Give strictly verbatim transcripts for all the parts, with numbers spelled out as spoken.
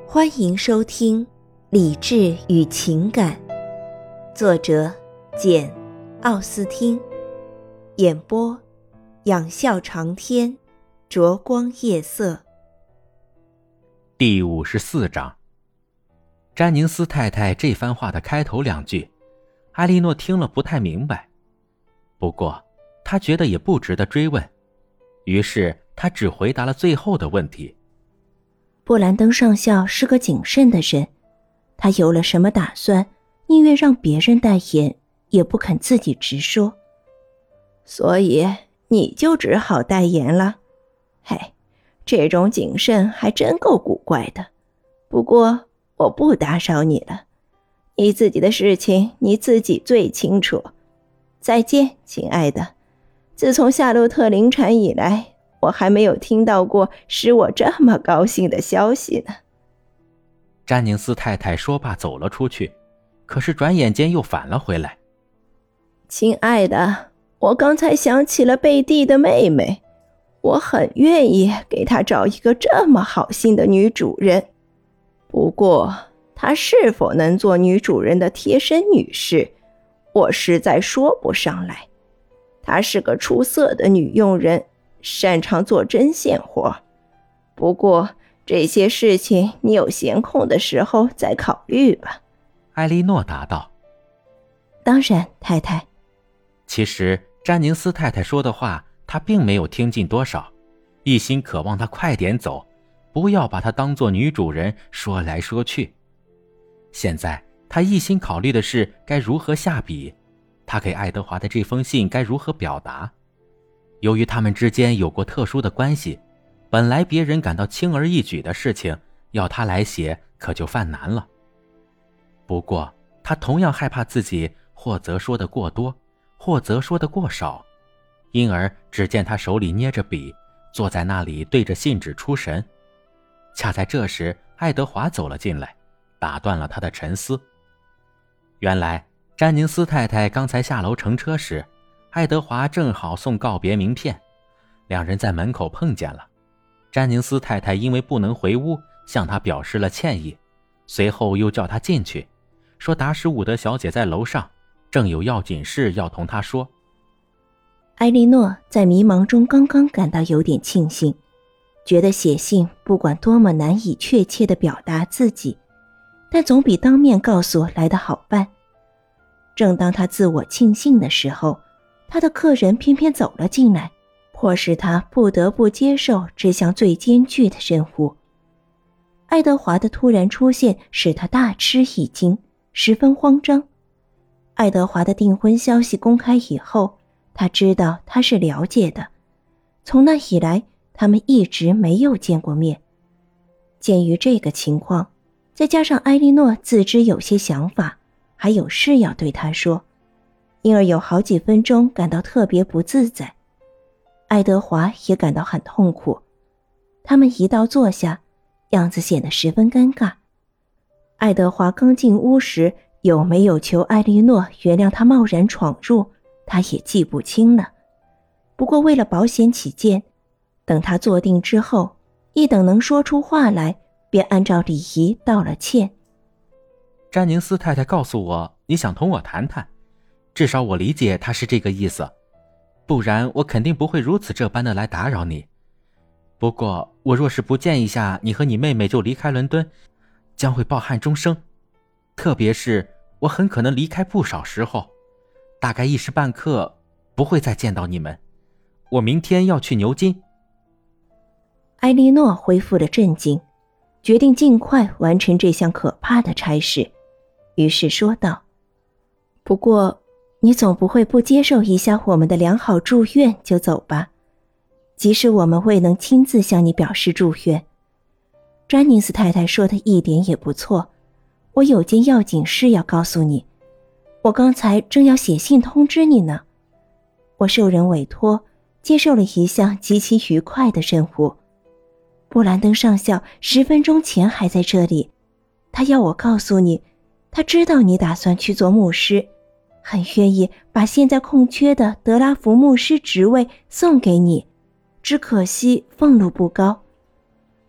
欢迎收听《理智与情感》，作者简·奥斯汀，演播仰笑长天，灼光夜色。 第五十四章。詹宁斯太太这番话的开头两句，艾莉诺听了不太明白，不过她觉得也不值得追问，于是她只回答了最后的问题。 布兰登上校是个谨慎的人，他有了什么打算，宁愿让别人代言，也不肯自己直说。 所以你就只好代言了。嘿，这种谨慎还真够古怪的。不过我不打扰你了，你自己的事情你自己最清楚。再见，亲爱的。自从夏洛特临产以来，我还没有听到过使我这么高兴的消息呢。 詹宁斯太太说罢走了出去，可是转眼间又返了回来。 亲爱的，我刚才想起了贝蒂的妹妹，我很愿意给她找一个这么好心的女主人。不过她是否能做女主人的贴身女士，我实在说不上来。她是个出色的女佣人，擅长做针线活，不过这些事情你有闲空的时候再考虑吧。 艾莉诺答道。 当然，太太。 其实詹宁斯太太说的话她并没有听进多少，一心渴望她快点走，不要把她当作女主人说来说去。现在她一心考虑的是该如何下笔，她给爱德华的这封信该如何表达。由于他们之间有过特殊的关系，本来别人感到轻而易举的事情，要他来写可就犯难了。不过他同样害怕自己或则说得过多，或则说得过少，因而只见他手里捏着笔，坐在那里对着信纸出神。恰在这时，爱德华走了进来，打断了他的沉思。原来詹宁斯太太刚才下楼乘车时，爱德华正好送告别名片，两人在门口碰见了。詹宁斯太太因为不能回屋，向他表示了歉意，随后又叫他进去，说达什伍德小姐在楼上，正有要紧事要同他说。 艾莉诺在迷茫中刚刚感到有点庆幸，觉得写信不管多么难以确切地表达自己，但总比当面告诉来得好办。正当他自我庆幸的时候，他的客人偏偏走了进来，迫使他不得不接受这项最艰巨的任务。爱德华的突然出现使他大吃一惊，十分慌张。爱德华的订婚消息公开以后，他知道他是了解的，从那以来他们一直没有见过面。鉴于这个情况，再加上艾莉诺自知有些想法，还有事要对他说，因而有好几分钟感到特别不自在。爱德华也感到很痛苦，他们一道坐下，样子显得十分尴尬。爱德华刚进屋时有没有求艾莉诺原谅他贸然闯入，他也记不清了。不过为了保险起见，等他坐定之后，一等能说出话来，便按照礼仪道了歉。 詹宁斯太太告诉我你想同我谈谈，至少我理解他是这个意思，不然我肯定不会如此这般的来打扰你。不过我若是不见一下你和你妹妹就离开伦敦，将会抱憾终生，特别是我很可能离开不少时候，大概一时半刻不会再见到你们。我明天要去牛津。 艾莉诺恢复了镇静，决定尽快完成这项可怕的差事，于是说道：不过你总不会不接受一下我们的良好祝愿就走吧？即使我们未能亲自向你表示祝愿。詹宁斯太太说的一点也不错，我有件要紧事要告诉你，我刚才正要写信通知你呢。我受人委托，接受了一项极其愉快的任务。布兰登上校十分钟前还在这里，他要我告诉你，他知道你打算去做牧师，很愿意把现在空缺的德拉福牧师职位送给你，只可惜俸禄不高。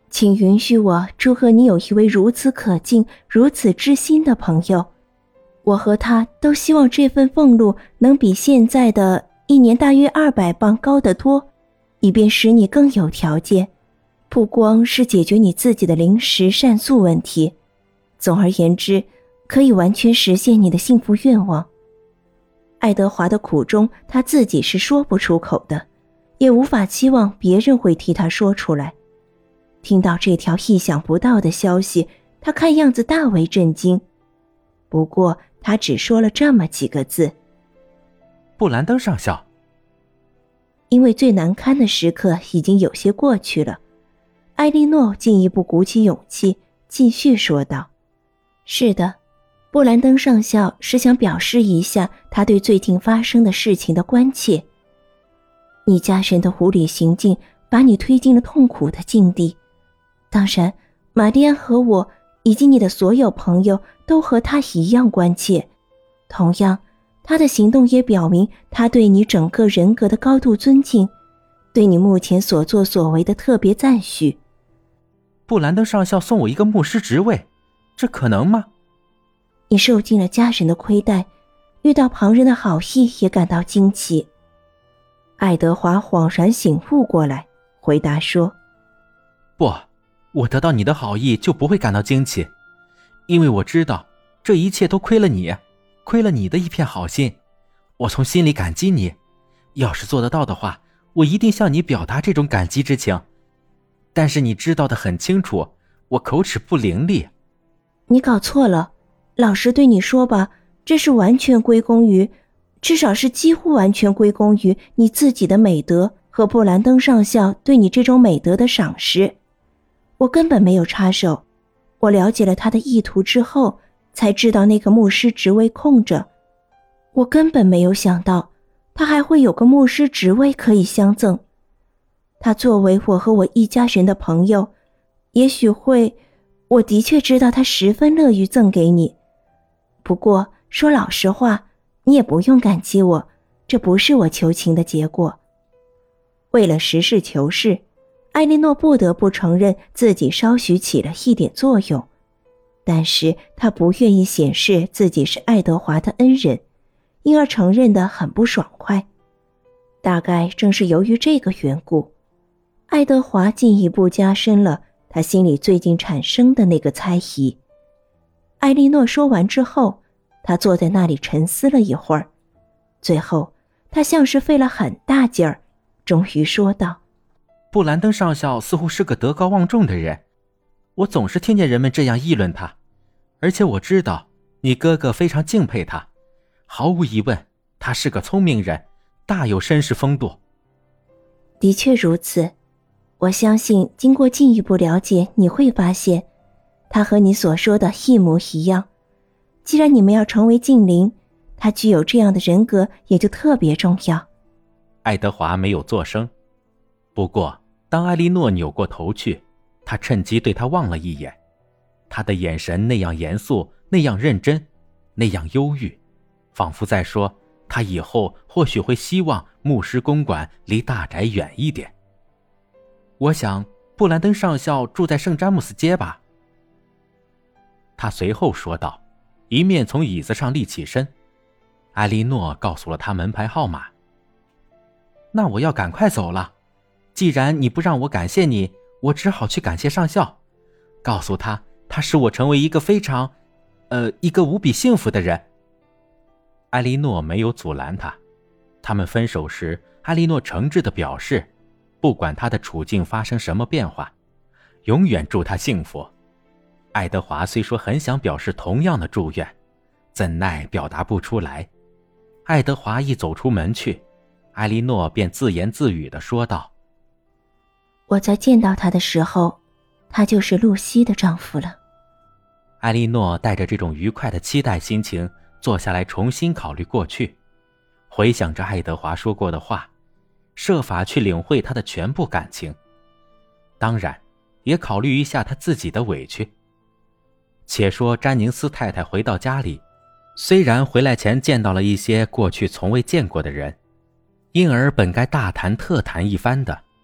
请允许我祝贺你有一位如此可敬、如此知心的朋友。我和他都希望这份俸禄能比现在的一年大约二百磅高得多，以便使你更有条件，不光是解决你自己的临时膳宿问题，总而言之，可以完全实现你的幸福愿望。爱德华的苦衷他自己是说不出口的，也无法期望别人会替他说出来。听到这条意想不到的消息，他看样子大为震惊。不过他只说了这么几个字： 布兰登上校。 因为最难堪的时刻已经有些过去了，埃莉诺进一步鼓起勇气继续说道：是的，布兰登上校是想表示一下他对最近发生的事情的关切。你家人的无理行径把你推进了痛苦的境地，当然玛丽安和我以及你的所有朋友都和他一样关切。同样，他的行动也表明他对你整个人格的高度尊敬，对你目前所作所为的特别赞许。 布兰登上校送我一个牧师职位，这可能吗？ 你受尽了家人的亏待，遇到旁人的好意也感到惊奇。爱德华恍然醒悟过来，回答说： 不，我得到你的好意就不会感到惊奇，因为我知道这一切都亏了你，亏了你的一片好心，我从心里感激你。要是做得到的话，我一定向你表达这种感激之情。但是你知道得很清楚，我口齿不伶俐。 你搞错了，老实对你说吧，这是完全归功于，至少是几乎完全归功于你自己的美德和布兰登上校对你这种美德的赏识。我根本没有插手，我了解了他的意图之后，才知道那个牧师职位空着。我根本没有想到，他还会有个牧师职位可以相赠。他作为我和我一家人的朋友，也许会，我的确知道他十分乐于赠给你。不过说老实话，你也不用感激我，这不是我求情的结果。为了实事求是，艾莉诺不得不承认自己稍许起了一点作用，但是她不愿意显示自己是爱德华的恩人，因而承认得很不爽快。大概正是由于这个缘故，爱德华进一步加深了他心里最近产生的那个猜疑。艾莉诺说完之后，他坐在那里沉思了一会儿，最后他像是费了很大劲儿，终于说道： 布兰登上校似乎是个德高望重的人，我总是听见人们这样议论他，而且我知道你哥哥非常敬佩他，毫无疑问，他是个聪明人，大有绅士风度。 的确如此，我相信经过进一步了解，你会发现他和你所说的一模一样。既然你们要成为近邻，他具有这样的人格也就特别重要。 爱德华没有作声，不过当艾莉诺扭过头去，他趁机对他望了一眼，他的眼神那样严肃，那样认真，那样忧郁，仿佛在说他以后或许会希望牧师公馆离大宅远一点。我想布兰登上校住在圣詹姆斯街吧？他随后说道，一面从椅子上立起身。艾莉诺告诉了他门牌号码。那我要赶快走了，既然你不让我感谢你，我只好去感谢上校，告诉他他使我成为一个非常呃，一个无比幸福的人。艾莉诺没有阻拦他，他们分手时，艾莉诺诚挚地表示，不管他的处境发生什么变化，永远祝他幸福。爱德华虽说很想表示同样的祝愿，怎奈表达不出来。爱德华一走出门去，艾莉诺便自言自语地说道： 我在见到他的时候，他就是露西的丈夫了。 艾莉诺带着这种愉快的期待心情坐下来，重新考虑过去，回想着爱德华说过的话，设法去领会他的全部感情，当然也考虑一下他自己的委屈。且说詹宁斯太太回到家里，虽然回来前见到了一些过去从未见过的人，因而本该大谈特谈一番的，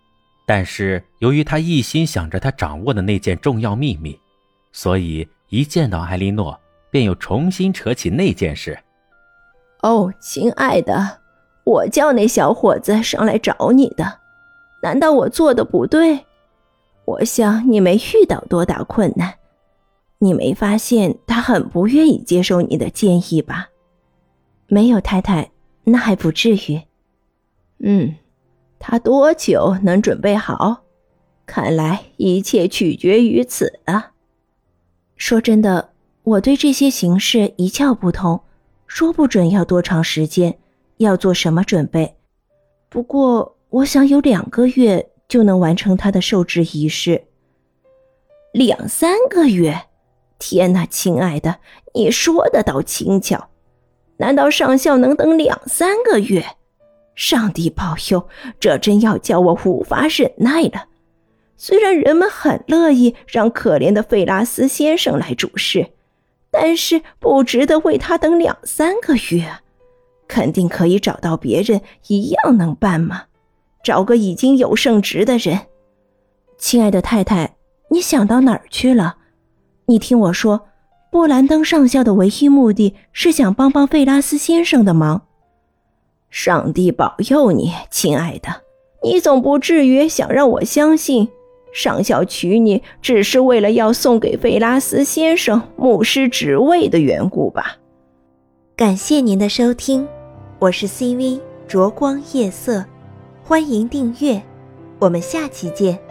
但是由于他一心想着他掌握的那件重要秘密，所以一见到艾莉诺便又重新扯起那件事。 哦，亲爱的，我叫那小伙子上来找你的，难道我做的不对？我想你没遇到多大困难，你没发现他很不愿意接受你的建议吧？ 没有，太太，那还不至于。 嗯，他多久能准备好？看来一切取决于此了。 说真的，我对这些形势一窍不通，说不准要多长时间，要做什么准备。不过我想有两个月就能完成他的受制仪式。 两三个月？天哪，亲爱的，你说的倒轻巧。难道上校能等两三个月？上帝保佑，这真要叫我无法忍耐了。虽然人们很乐意让可怜的费拉斯先生来主事，但是不值得为他等两三个月。肯定可以找到别人一样能办吗？找个已经有圣职的人。 亲爱的太太，你想到哪儿去了？你听我说，布兰登上校的唯一目的是想帮帮费拉斯先生的忙。 上帝保佑你，亲爱的，你总不至于想让我相信上校娶你只是为了要送给费拉斯先生牧师职位的缘故吧？ 感谢您的收听，我是 C V 灼光夜色，欢迎订阅，我们下期见。